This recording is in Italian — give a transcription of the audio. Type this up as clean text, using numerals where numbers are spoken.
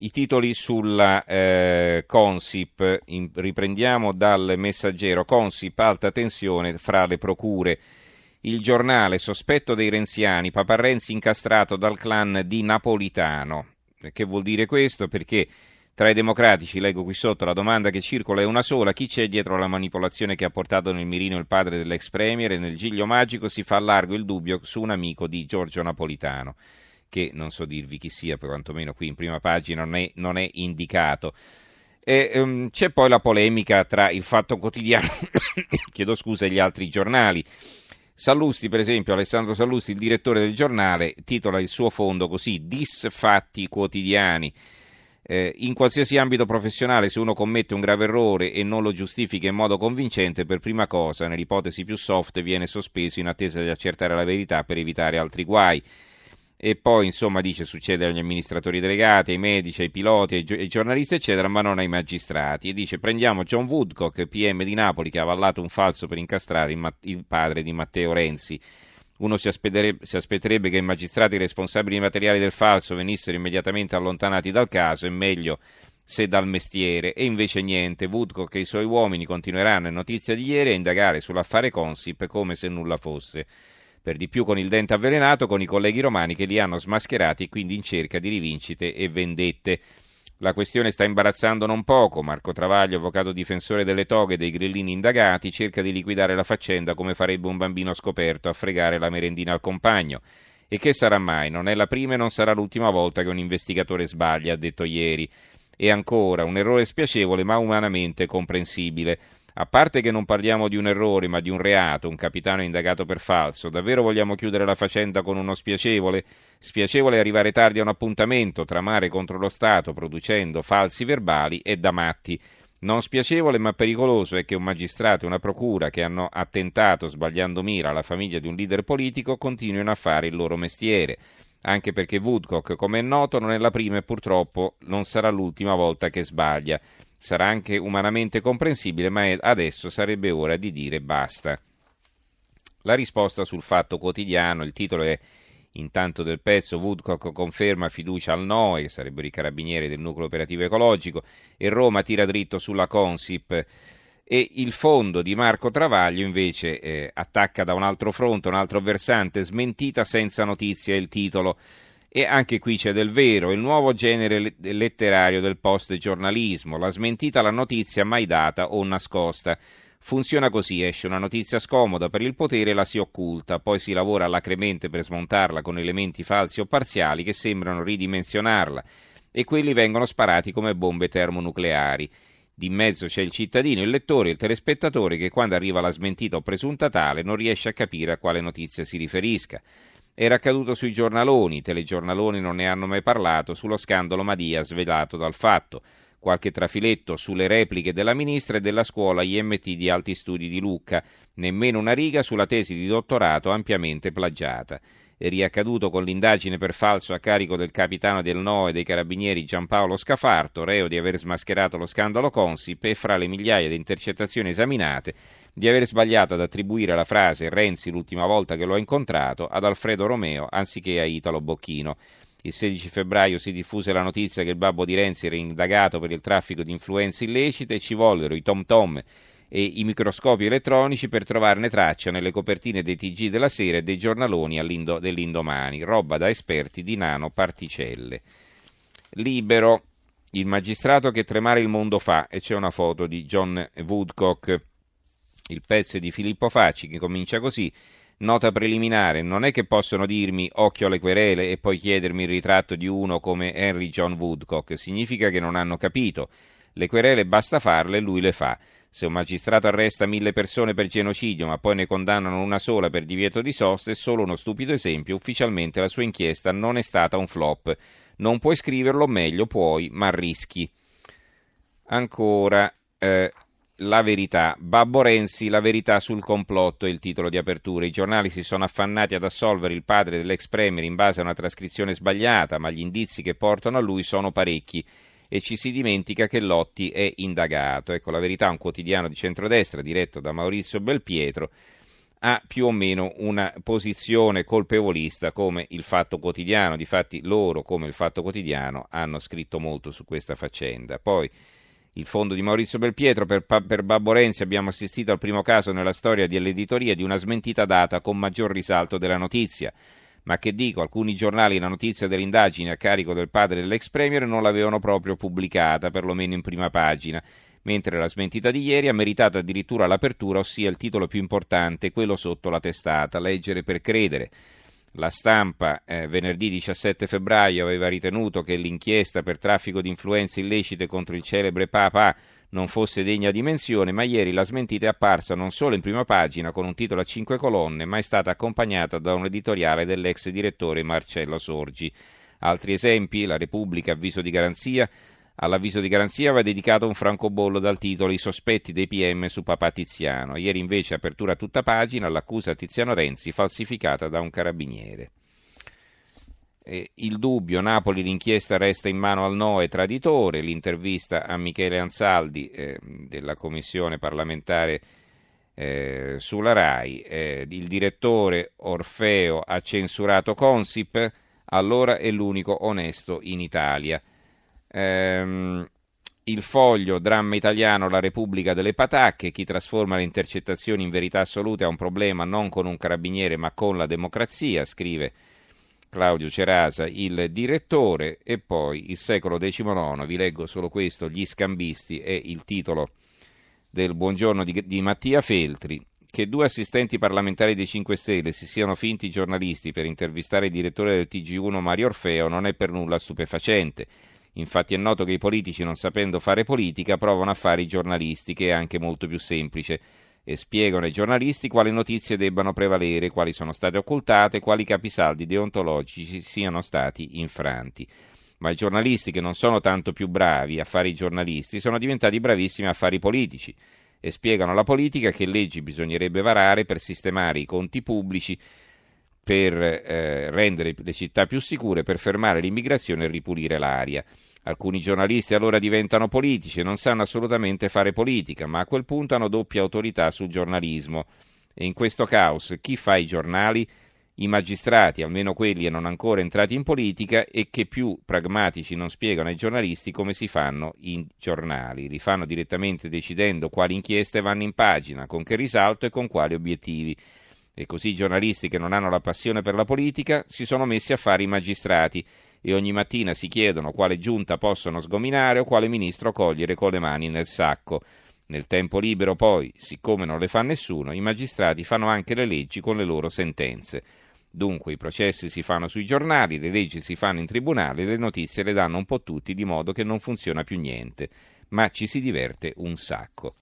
I titoli sulla Consip, riprendiamo dal Messaggero. Consip, alta tensione fra le procure. Il Giornale, sospetto dei renziani, Papa Renzi incastrato dal clan di Napolitano. Che vuol dire questo? Perché tra i democratici, leggo qui sotto, la domanda che circola è una sola: chi c'è dietro la manipolazione che ha portato nel mirino il padre dell'ex premier? E nel giglio magico si fa largo il dubbio su un amico di Giorgio Napolitano, che non so dirvi chi sia, per quantomeno qui in prima pagina non è indicato. C'è poi la polemica tra il Fatto Quotidiano chiedo scusa, e gli altri giornali. Sallusti, per esempio, Alessandro Sallusti, il direttore del Giornale, titola il suo fondo così: Disfatti quotidiani. In qualsiasi ambito professionale, se uno commette un grave errore e non lo giustifica in modo convincente, per prima cosa, nell'ipotesi più soft, viene sospeso in attesa di accertare la verità per evitare altri guai. E poi, insomma, dice, succede agli amministratori delegati, ai medici, ai piloti, ai giornalisti, eccetera, ma non ai magistrati. E dice: prendiamo John Woodcock, PM di Napoli, che ha avallato un falso per incastrare il padre di Matteo Renzi. Uno si aspetterebbe che i magistrati responsabili materiali del falso venissero immediatamente allontanati dal caso, è meglio se dal mestiere, e invece niente. Woodcock e i suoi uomini continueranno, è notizia di ieri, a indagare sull'affare Consip come se nulla fosse. Per di più con il dente avvelenato, con i colleghi romani che li hanno smascherati e quindi in cerca di rivincite e vendette. La questione sta imbarazzando non poco. Marco Travaglio, avvocato difensore delle toghe e dei grillini indagati, cerca di liquidare la faccenda come farebbe un bambino scoperto a fregare la merendina al compagno. E che sarà mai? Non è la prima e non sarà l'ultima volta che un investigatore sbaglia, ha detto ieri. E ancora, un errore spiacevole ma umanamente comprensibile. A parte che non parliamo di un errore ma di un reato, un capitano indagato per falso, davvero vogliamo chiudere la faccenda con uno spiacevole? Spiacevole arrivare tardi a un appuntamento, tramare contro lo Stato producendo falsi verbali è da matti. Non spiacevole ma pericoloso è che un magistrato e una procura che hanno attentato sbagliando mira alla famiglia di un leader politico continuino a fare il loro mestiere. Anche perché Woodcock, come è noto, non è la prima e purtroppo non sarà l'ultima volta che sbaglia. Sarà anche umanamente comprensibile, ma adesso sarebbe ora di dire basta. La risposta sul Fatto Quotidiano, il titolo è intanto del pezzo: Woodcock conferma fiducia al NOE, che sarebbero i carabinieri del nucleo operativo ecologico, e Roma tira dritto sulla Consip. E il fondo di Marco Travaglio invece attacca da un altro fronte, un altro versante: smentita senza notizia è il titolo. E anche qui c'è del vero, il nuovo genere letterario del post-giornalismo, la smentita alla notizia mai data o nascosta. Funziona così: esce una notizia scomoda per il potere e la si occulta, poi si lavora alacremente per smontarla con elementi falsi o parziali che sembrano ridimensionarla, e quelli vengono sparati come bombe termonucleari. Di mezzo c'è il cittadino, il lettore, il telespettatore, che quando arriva la smentita o presunta tale non riesce a capire a quale notizia si riferisca. Era accaduto sui giornaloni, i telegiornaloni non ne hanno mai parlato, sullo scandalo Madia svelato dal Fatto. Qualche trafiletto sulle repliche della ministra e della scuola IMT di Alti Studi di Lucca, nemmeno una riga sulla tesi di dottorato ampiamente plagiata. È riaccaduto con l'indagine per falso a carico del capitano del NOE dei carabinieri Giampaolo Scafarto, reo di aver smascherato lo scandalo Consip, e fra le migliaia di intercettazioni esaminate di aver sbagliato ad attribuire la frase «Renzi l'ultima volta che l'ho incontrato» ad Alfredo Romeo anziché a Italo Bocchino. Il 16 febbraio si diffuse la notizia che il babbo di Renzi era indagato per il traffico di influenze illecite e ci vollero i tom-tom e i microscopi elettronici per trovarne traccia nelle copertine dei TG della sera e dei giornaloni dell'indomani, roba da esperti di nanoparticelle. Libero, il magistrato che tremare il mondo fa, e c'è una foto di John Woodcock. Il pezzo è di Filippo Facci, che comincia così: nota preliminare, non è che possono dirmi occhio alle querele e poi chiedermi il ritratto di uno come Henry John Woodcock, significa che non hanno capito. Le querele basta farle e lui le fa. Se un magistrato arresta 1000 persone per genocidio ma poi ne condannano una sola per divieto di sosta, è solo uno stupido esempio. Ufficialmente la sua inchiesta non è stata un flop. Non puoi scriverlo, meglio puoi, ma rischi. Ancora, la verità. Babbo Renzi, la verità sul complotto è il titolo di apertura. I giornali si sono affannati ad assolvere il padre dell'ex premier in base a una trascrizione sbagliata, ma gli indizi che portano a lui sono parecchi e ci si dimentica che Lotti è indagato. Ecco, La Verità, un quotidiano di centrodestra diretto da Maurizio Belpietro, ha più o meno una posizione colpevolista come il Fatto Quotidiano. Difatti loro, come il Fatto Quotidiano, hanno scritto molto su questa faccenda. Poi il fondo di Maurizio Belpietro, per Babbo Renzi abbiamo assistito al primo caso nella storia dell'editoria di una smentita data con maggior risalto della notizia. Ma che dico, alcuni giornali la notizia dell'indagine a carico del padre dell'ex premier non l'avevano proprio pubblicata, perlomeno in prima pagina, mentre la smentita di ieri ha meritato addirittura l'apertura, ossia il titolo più importante, quello sotto la testata, leggere per credere. La Stampa venerdì 17 febbraio aveva ritenuto che l'inchiesta per traffico di influenze illecite contro il celebre Papa non fosse degna di menzione, ma ieri la smentita è apparsa non solo in prima pagina con un titolo a 5 colonne, ma è stata accompagnata da un editoriale dell'ex direttore Marcello Sorgi. Altri esempi: la Repubblica, avviso di garanzia. All'avviso di garanzia aveva dedicato un francobollo dal titolo I sospetti dei PM su Papà Tiziano. Ieri invece apertura a tutta pagina, l'accusa a Tiziano Renzi falsificata da un carabiniere. Il Dubbio, Napoli l'inchiesta resta in mano al Noe traditore, l'intervista a Michele Ansaldi della commissione parlamentare sulla RAI, il direttore Orfeo ha censurato Consip, allora è l'unico onesto in Italia. Il Foglio, dramma italiano, la Repubblica delle patacche, chi trasforma le intercettazioni in verità assolute ha un problema non con un carabiniere ma con la democrazia, scrive Claudio Cerasa, il direttore. E poi il secolo XIX, vi leggo solo questo, gli scambisti, è il titolo del Buongiorno di Mattia Feltri. Che due assistenti parlamentari dei 5 Stelle si siano finti giornalisti per intervistare il direttore del TG1 Mario Orfeo non è per nulla stupefacente. Infatti è noto che i politici, non sapendo fare politica, provano a fare i giornalisti, che è anche molto più semplice, e spiegano ai giornalisti quali notizie debbano prevalere, quali sono state occultate, quali capisaldi deontologici siano stati infranti. Ma i giornalisti, che non sono tanto più bravi a fare i giornalisti, sono diventati bravissimi a fare i politici e spiegano alla politica che leggi bisognerebbe varare per sistemare i conti pubblici, per rendere le città più sicure, per fermare l'immigrazione e ripulire l'aria. Alcuni giornalisti allora diventano politici e non sanno assolutamente fare politica, ma a quel punto hanno doppia autorità sul giornalismo. E in questo caos chi fa i giornali? I magistrati, almeno quelli non ancora entrati in politica e che più pragmatici non spiegano ai giornalisti come si fanno i giornali. Li fanno direttamente decidendo quali inchieste vanno in pagina, con che risalto e con quali obiettivi. E così i giornalisti che non hanno la passione per la politica si sono messi a fare i magistrati e ogni mattina si chiedono quale giunta possono sgominare o quale ministro cogliere con le mani nel sacco. Nel tempo libero poi, siccome non le fa nessuno, i magistrati fanno anche le leggi con le loro sentenze. Dunque i processi si fanno sui giornali, le leggi si fanno in tribunale, le notizie le danno un po' tutti, di modo che non funziona più niente, ma ci si diverte un sacco.